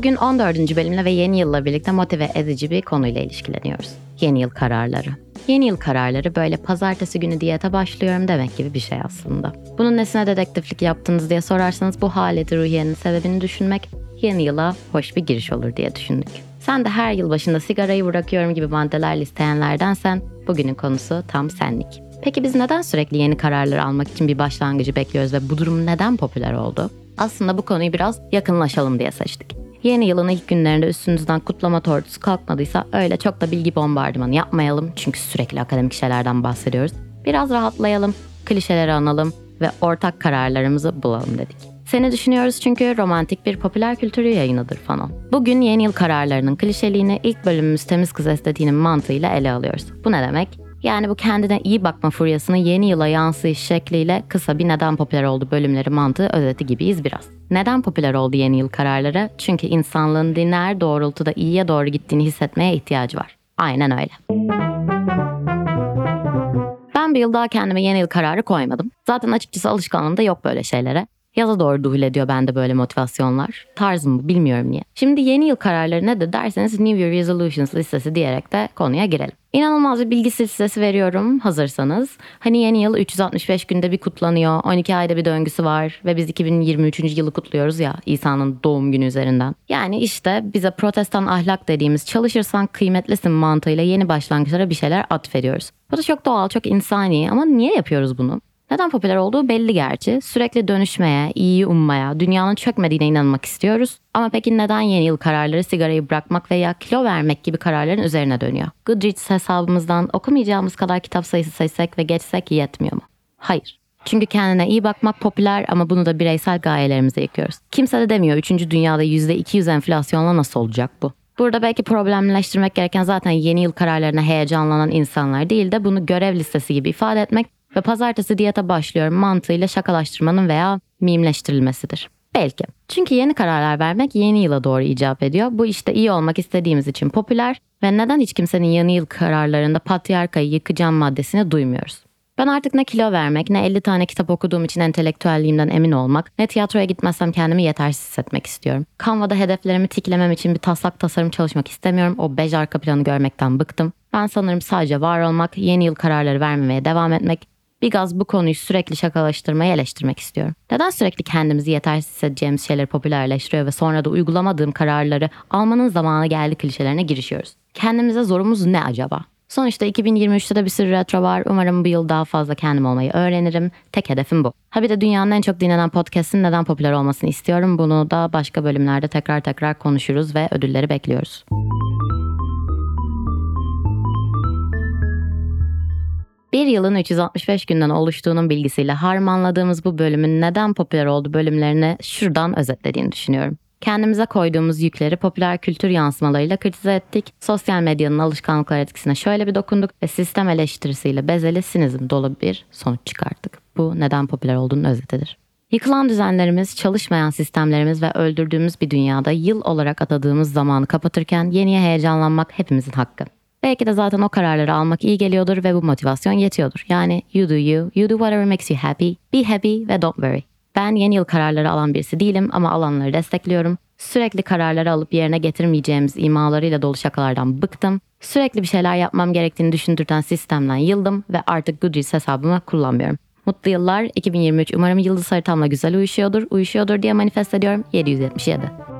Bugün 14. bölümle ve yeni yılla birlikte motive edici bir konuyla ilişkileniyoruz. Yeni yıl kararları. Yeni yıl kararları böyle pazartesi günü diyete başlıyorum demek gibi bir şey aslında. Bunun nesine dedektiflik yaptınız diye sorarsanız bu haleti ruhiyenin sebebini düşünmek yeni yıla hoş bir giriş olur diye düşündük. Sen de her yıl başında sigarayı bırakıyorum gibi maddeler listeyenlerdensen bugünün konusu tam senlik. Peki biz neden sürekli yeni kararlar almak için bir başlangıcı bekliyoruz ve bu durum neden popüler oldu? Aslında bu konuyu biraz yakınlaşalım diye seçtik. Yeni yılın ilk günlerinde üstünüzden kutlama tortusu kalkmadıysa öyle çok da bilgi bombardımanı yapmayalım. Çünkü sürekli akademik şeylerden bahsediyoruz. Biraz rahatlayalım, klişeleri analım ve ortak kararlarımızı bulalım dedik. Seni düşünüyoruz çünkü romantik bir popüler kültürü yayınıdır Fanon. Bugün yeni yıl kararlarının klişeliğini ilk bölümümüz temiz kız estetiğinin mantığıyla ele alıyoruz. Bu ne demek? Yani bu kendine iyi bakma furyasını yeni yıla yansıyış şekliyle kısa bir neden popüler oldu bölümleri mantığı özeti gibiyiz biraz. Neden popüler oldu yeni yıl kararları? Çünkü insanlığın lineer doğrultuda iyiye doğru gittiğini hissetmeye ihtiyacı var. Aynen öyle. Ben bir yıl daha kendime yeni yıl kararı koymadım. Zaten açıkçası alışkanlığım da yok böyle şeylere. Yaza doğru duhul ediyor bende böyle motivasyonlar. Tarzım bu, bilmiyorum niye. Şimdi yeni yıl kararları nedir derseniz New Year Resolutions listesi diyerek de konuya girelim. İnanılmaz bir bilgi listesi veriyorum hazırsanız. Hani yeni yıl 365 günde bir kutlanıyor, 12 ayda bir döngüsü var ve biz 2023. yılı kutluyoruz ya İsa'nın doğum günü üzerinden. Yani işte bize protestan ahlak dediğimiz çalışırsan kıymetlisin mantığıyla yeni başlangıçlara bir şeyler atfediyoruz. Bu da çok doğal, çok insani ama niye yapıyoruz bunu? Neden popüler olduğu belli gerçi. Sürekli dönüşmeye, iyiyi ummaya, dünyanın çökmediğine inanmak istiyoruz. Ama peki neden yeni yıl kararları sigarayı bırakmak veya kilo vermek gibi kararların üzerine dönüyor? Goodreads hesabımızdan okumayacağımız kadar kitap sayısı seçsek ve geçsek yetmiyor mu? Hayır. Çünkü kendine iyi bakmak popüler ama bunu da bireysel gayelerimize yıkıyoruz. Kimse de demiyor 3. dünyada %200 enflasyonla nasıl olacak bu? Burada belki problemleştirmek gereken zaten yeni yıl kararlarına heyecanlanan insanlar değil de bunu görev listesi gibi ifade etmek ve pazartesi diyete başlıyorum mantığıyla şakalaştırmanın veya mimleştirilmesidir. Belki. Çünkü yeni kararlar vermek yeni yıla doğru icap ediyor. Bu işte iyi olmak istediğimiz için popüler ve neden hiç kimsenin yeni yıl kararlarında patriarkayı yıkacağım maddesini duymuyoruz. Ben artık ne kilo vermek, ne 50 tane kitap okuduğum için entelektüelliğimden emin olmak, ne tiyatroya gitmezsem kendimi yetersiz hissetmek istiyorum. Canva'da hedeflerimi tiklemem için bir taslak tasarım çalışmak istemiyorum. O bej arka planı görmekten bıktım. Ben sanırım sadece var olmak, yeni yıl kararları vermemeye devam etmek, bir gaz bu konuyu sürekli şakalaştırmayı eleştirmek istiyorum. Neden sürekli kendimizi yetersiz hissedeceğimiz şeyleri popülerleştiriyor ve sonra da uygulamadığım kararları almanın zamanı geldi klişelerine girişiyoruz? Kendimize zorumuz ne acaba? Sonuçta 2023'te de bir sürü retro var. Umarım bu yıl daha fazla kendim olmayı öğrenirim. Tek hedefim bu. Ha bir de dünyanın en çok dinlenen podcast'in neden popüler olmasını istiyorum. Bunu da başka bölümlerde tekrar konuşuruz ve ödülleri bekliyoruz. Bir yılın 365 günden oluştuğunun bilgisiyle harmanladığımız bu bölümün neden popüler oldu bölümlerini şuradan özetlediğini düşünüyorum. Kendimize koyduğumuz yükleri popüler kültür yansımalarıyla kritize ettik. Sosyal medyanın alışkanlıklar etkisine şöyle bir dokunduk ve sistem eleştirisiyle bezeli sinizm dolu bir sonuç çıkarttık. Bu neden popüler olduğunun özetidir. Yıkılan düzenlerimiz, çalışmayan sistemlerimiz ve öldürdüğümüz bir dünyada yıl olarak atadığımız zamanı kapatırken yeniye heyecanlanmak hepimizin hakkı. Belki de zaten o kararları almak iyi geliyordur ve bu motivasyon yetiyordur. Yani you do you, you do whatever makes you happy, be happy ve don't worry. Ben yeni yıl kararları alan birisi değilim ama alanları destekliyorum. Sürekli kararları alıp yerine getirmeyeceğimiz imalarıyla dolu şakalardan bıktım. Sürekli bir şeyler yapmam gerektiğini düşündürten sistemden yıldım ve artık Goodreads hesabımı kullanmıyorum. Mutlu yıllar 2023, umarım yıldız haritamla güzel uyuşuyordur diye manifest ediyorum. 777.